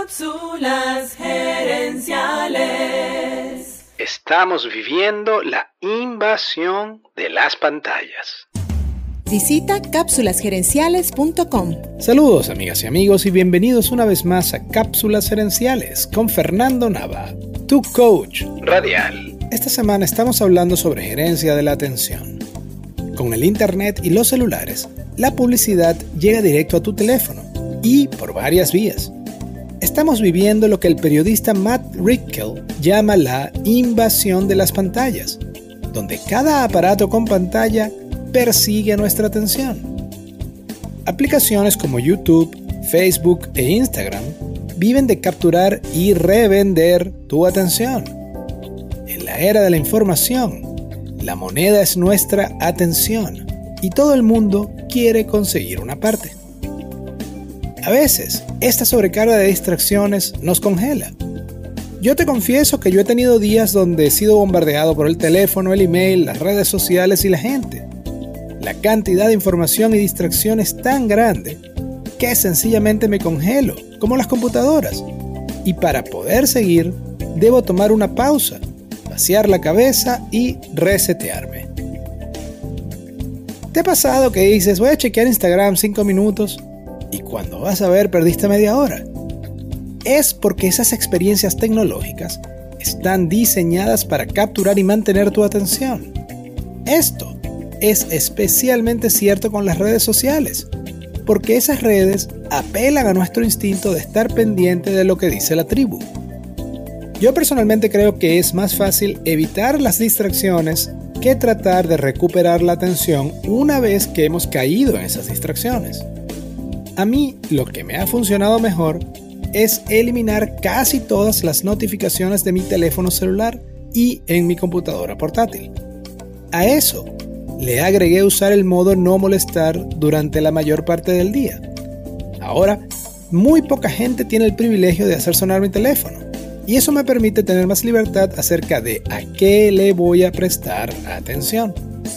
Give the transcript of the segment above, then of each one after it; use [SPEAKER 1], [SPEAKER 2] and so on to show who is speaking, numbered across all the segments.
[SPEAKER 1] Cápsulas gerenciales.
[SPEAKER 2] Estamos viviendo la invasión de las pantallas.
[SPEAKER 3] Visita cápsulasgerenciales.com.
[SPEAKER 2] Saludos amigas y amigos y bienvenidos una vez más a Cápsulas Gerenciales con Fernando Nava, tu coach radial. Esta semana estamos hablando sobre gerencia de la atención. Con el internet y los celulares, la publicidad llega directo a tu teléfono y por varias vías. Estamos viviendo lo que el periodista Matt Rickel llama la invasión de las pantallas, donde cada aparato con pantalla persigue nuestra atención. Aplicaciones como YouTube, Facebook e Instagram viven de capturar y revender tu atención. En la era de la información, la moneda es nuestra atención y todo el mundo quiere conseguir una parte. A veces, esta sobrecarga de distracciones nos congela. Yo te confieso que yo he tenido días donde he sido bombardeado por el teléfono, el email, las redes sociales y la gente. La cantidad de información y distracción es tan grande que sencillamente me congelo, como las computadoras. Y para poder seguir, debo tomar una pausa, vaciar la cabeza y resetearme. ¿Te ha pasado que dices, voy a chequear Instagram 5 minutos? Y cuando vas a ver, perdiste media hora. Es porque esas experiencias tecnológicas están diseñadas para capturar y mantener tu atención. Esto es especialmente cierto con las redes sociales, porque esas redes apelan a nuestro instinto de estar pendiente de lo que dice la tribu. Yo personalmente creo que es más fácil evitar las distracciones que tratar de recuperar la atención una vez que hemos caído en esas distracciones. A mí, lo que me ha funcionado mejor es eliminar casi todas las notificaciones de mi teléfono celular y en mi computadora portátil. A eso le agregué usar el modo no molestar durante la mayor parte del día. Ahora, muy poca gente tiene el privilegio de hacer sonar mi teléfono, y eso me permite tener más libertad acerca de a qué le voy a prestar atención.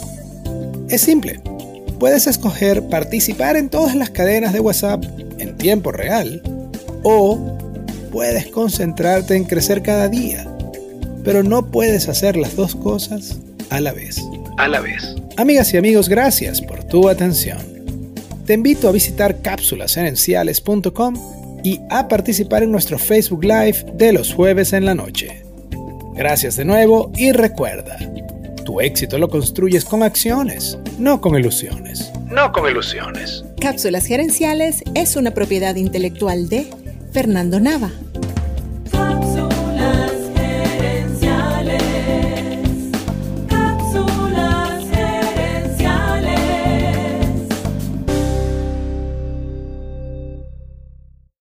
[SPEAKER 2] Es simple. Puedes escoger participar en todas las cadenas de WhatsApp en tiempo real, o puedes concentrarte en crecer cada día, pero no puedes hacer las dos cosas a la vez. Amigas y amigos, gracias por tu atención. Te invito a visitar cápsulasgerenciales.com y a participar en nuestro Facebook Live de los jueves en la noche. Gracias de nuevo y recuerda, tu éxito lo construyes con acciones, no con ilusiones.
[SPEAKER 3] Cápsulas Gerenciales es una propiedad intelectual de Fernando Nava.